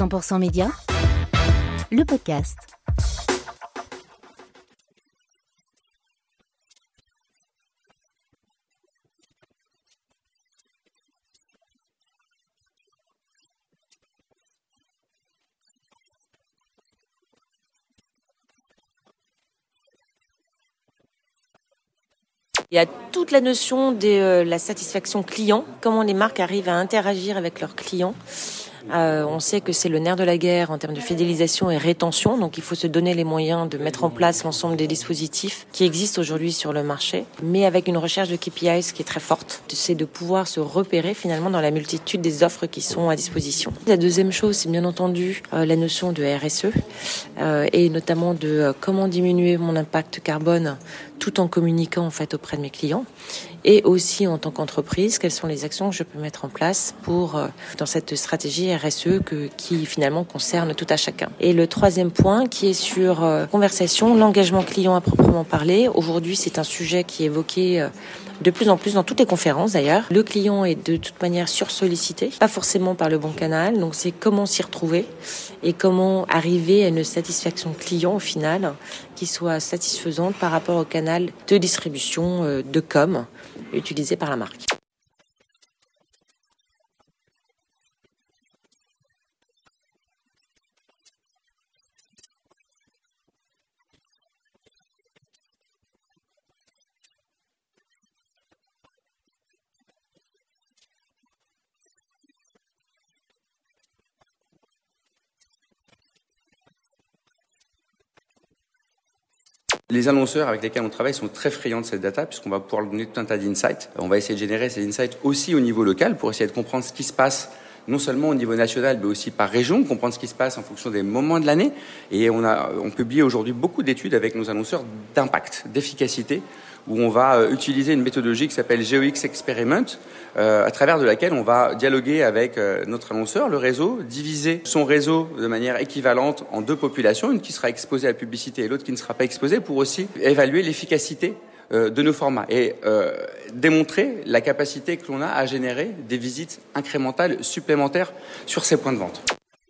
100% Média, le podcast. Il y a toute la notion de la satisfaction client, comment les marques arrivent à interagir avec leurs clients. On sait que c'est le nerf de la guerre en termes de fidélisation et rétention, donc il faut se donner les moyens de mettre en place l'ensemble des dispositifs qui existent aujourd'hui sur le marché, mais avec une recherche de KPIs qui est très forte. C'est de pouvoir se repérer finalement dans la multitude des offres qui sont à disposition. La deuxième chose, c'est bien entendu la notion de RSE et notamment de comment diminuer mon impact carbone tout en communiquant en fait auprès de mes clients. Et aussi en tant qu'entreprise, quelles sont les actions que je peux mettre en place pour dans cette stratégie RSE qui finalement concerne tout à chacun. Et le troisième point qui est sur conversation, l'engagement client à proprement parler. Aujourd'hui, c'est un sujet qui est évoqué de plus en plus dans toutes les conférences d'ailleurs. Le client est de toute manière sursollicité, pas forcément par le bon canal, donc c'est comment s'y retrouver et comment arriver à une satisfaction client au final qui soit satisfaisante par rapport au canal de distribution de com utilisé par la marque. Les annonceurs avec lesquels on travaille sont très friands de cette data puisqu'on va pouvoir leur donner tout un tas d'insights. On va essayer de générer ces insights aussi au niveau local pour essayer de comprendre ce qui se passe non seulement au niveau national mais aussi par région, comprendre ce qui se passe en fonction des moments de l'année. Et on publie aujourd'hui beaucoup d'études avec nos annonceurs d'impact, d'efficacité, où on va utiliser une méthodologie qui s'appelle GeoX Experiment, à travers de laquelle on va dialoguer avec notre annonceur, le réseau, diviser son réseau de manière équivalente en deux populations, une qui sera exposée à la publicité et l'autre qui ne sera pas exposée, pour aussi évaluer l'efficacité de nos formats et démontrer la capacité que l'on a à générer des visites incrémentales supplémentaires sur ces points de vente.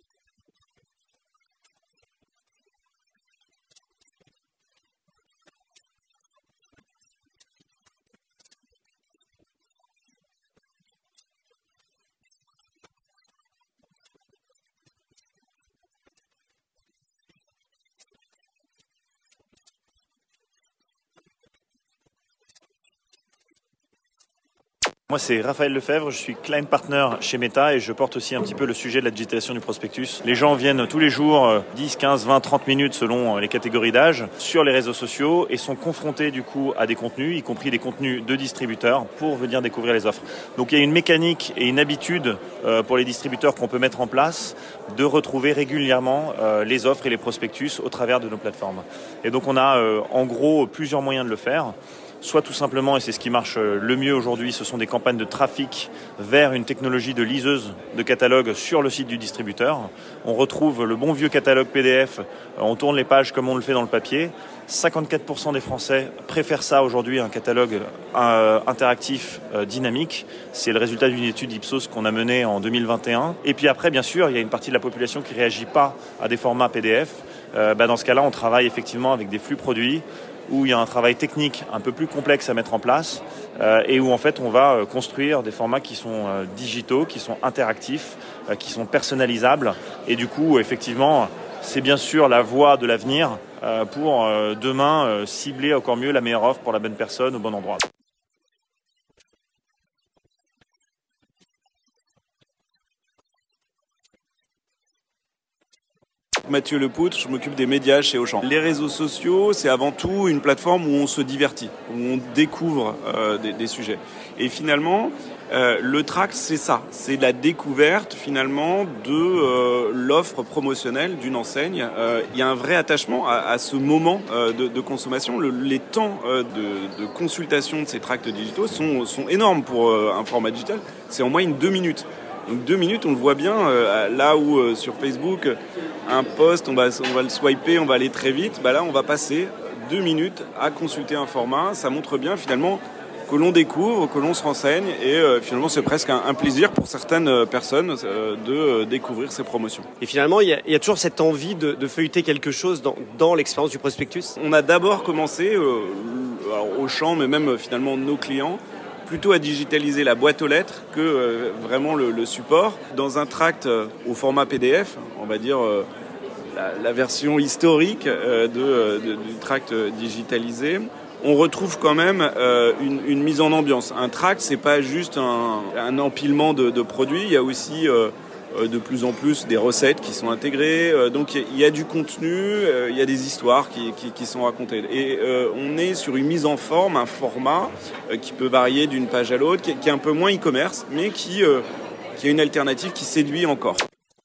Moi, c'est Raphaël Lefebvre, je suis client partner chez Meta et je porte aussi un petit peu le sujet de la digitalisation du prospectus. Les gens viennent tous les jours, 10, 15, 20, 30 minutes selon les catégories d'âge, sur les réseaux sociaux et sont confrontés du coup à des contenus, y compris des contenus de distributeurs, pour venir découvrir les offres. Donc il y a une mécanique et une habitude pour les distributeurs qu'on peut mettre en place de retrouver régulièrement les offres et les prospectus au travers de nos plateformes. Et donc on a en gros plusieurs moyens de le faire. Soit tout simplement, et c'est ce qui marche le mieux aujourd'hui, ce sont des campagnes de trafic vers une technologie de liseuse de catalogue sur le site du distributeur. On retrouve le bon vieux catalogue PDF, on tourne les pages comme on le fait dans le papier. 54% des Français préfèrent ça aujourd'hui, un catalogue interactif dynamique. C'est le résultat d'une étude Ipsos qu'on a menée en 2021. Et puis après, bien sûr, il y a une partie de la population qui ne réagit pas à des formats PDF. Dans ce cas-là, on travaille effectivement avec des flux produits où il y a un travail technique un peu plus complexe à mettre en place et où en fait on va construire des formats qui sont digitaux, qui sont interactifs, qui sont personnalisables et du coup effectivement c'est bien sûr la voie de l'avenir pour demain cibler encore mieux la meilleure offre pour la bonne personne au bon endroit. Mathieu Lepoutre, je m'occupe des médias chez Auchan. Les réseaux sociaux, c'est avant tout une plateforme où on se divertit, où on découvre des sujets. Et finalement, le tract, c'est ça. C'est la découverte, finalement, de l'offre promotionnelle d'une enseigne. Il y a un vrai attachement à ce moment de consommation. Les temps de consultation de ces tracts digitaux sont énormes pour un format digital. C'est en moyenne 2 minutes. Donc 2 minutes, on le voit bien, là où sur Facebook, un post, on va le swiper, on va aller très vite. Là, on va passer 2 minutes à consulter un format. Ça montre bien finalement que l'on découvre, que l'on se renseigne et finalement c'est presque un plaisir pour certaines personnes de découvrir ces promotions. Et finalement, il y a toujours cette envie de feuilleter quelque chose dans l'expérience du prospectus. On a d'abord commencé, Auchan, mais même finalement nos clients, plutôt à digitaliser la boîte aux lettres que vraiment le support. Dans un tract au format PDF, on va dire la version historique du tract digitalisé, on retrouve quand même une mise en ambiance. Un tract, c'est pas juste un empilement de produits, il y a aussi de plus en plus des recettes qui sont intégrées, donc il y a du contenu, il y a des histoires qui sont racontées. Et on est sur une mise en forme, un format qui peut varier d'une page à l'autre, qui est un peu moins e-commerce, mais qui a une alternative qui séduit encore.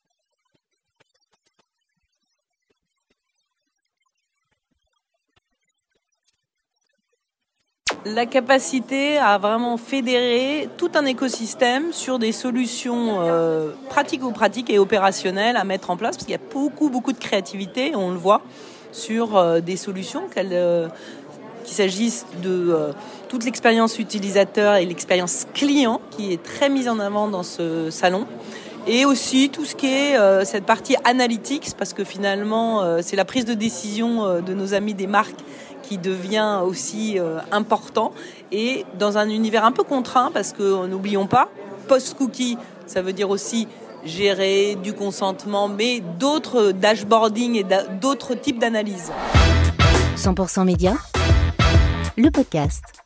La capacité à vraiment fédérer tout un écosystème sur des solutions pratico-pratiques et opérationnelles à mettre en place, parce qu'il y a beaucoup de créativité, on le voit, sur des solutions, qu'il s'agisse de toute l'expérience utilisateur et l'expérience client, qui est très mise en avant dans ce salon, et aussi tout ce qui est cette partie analytics, parce que finalement, c'est la prise de décision de nos amis des marques qui devient aussi important, et dans un univers un peu contraint, parce que n'oublions pas, post-cookie, ça veut dire aussi gérer du consentement, mais d'autres dashboarding et d'autres types d'analyses. 100% Média, le podcast.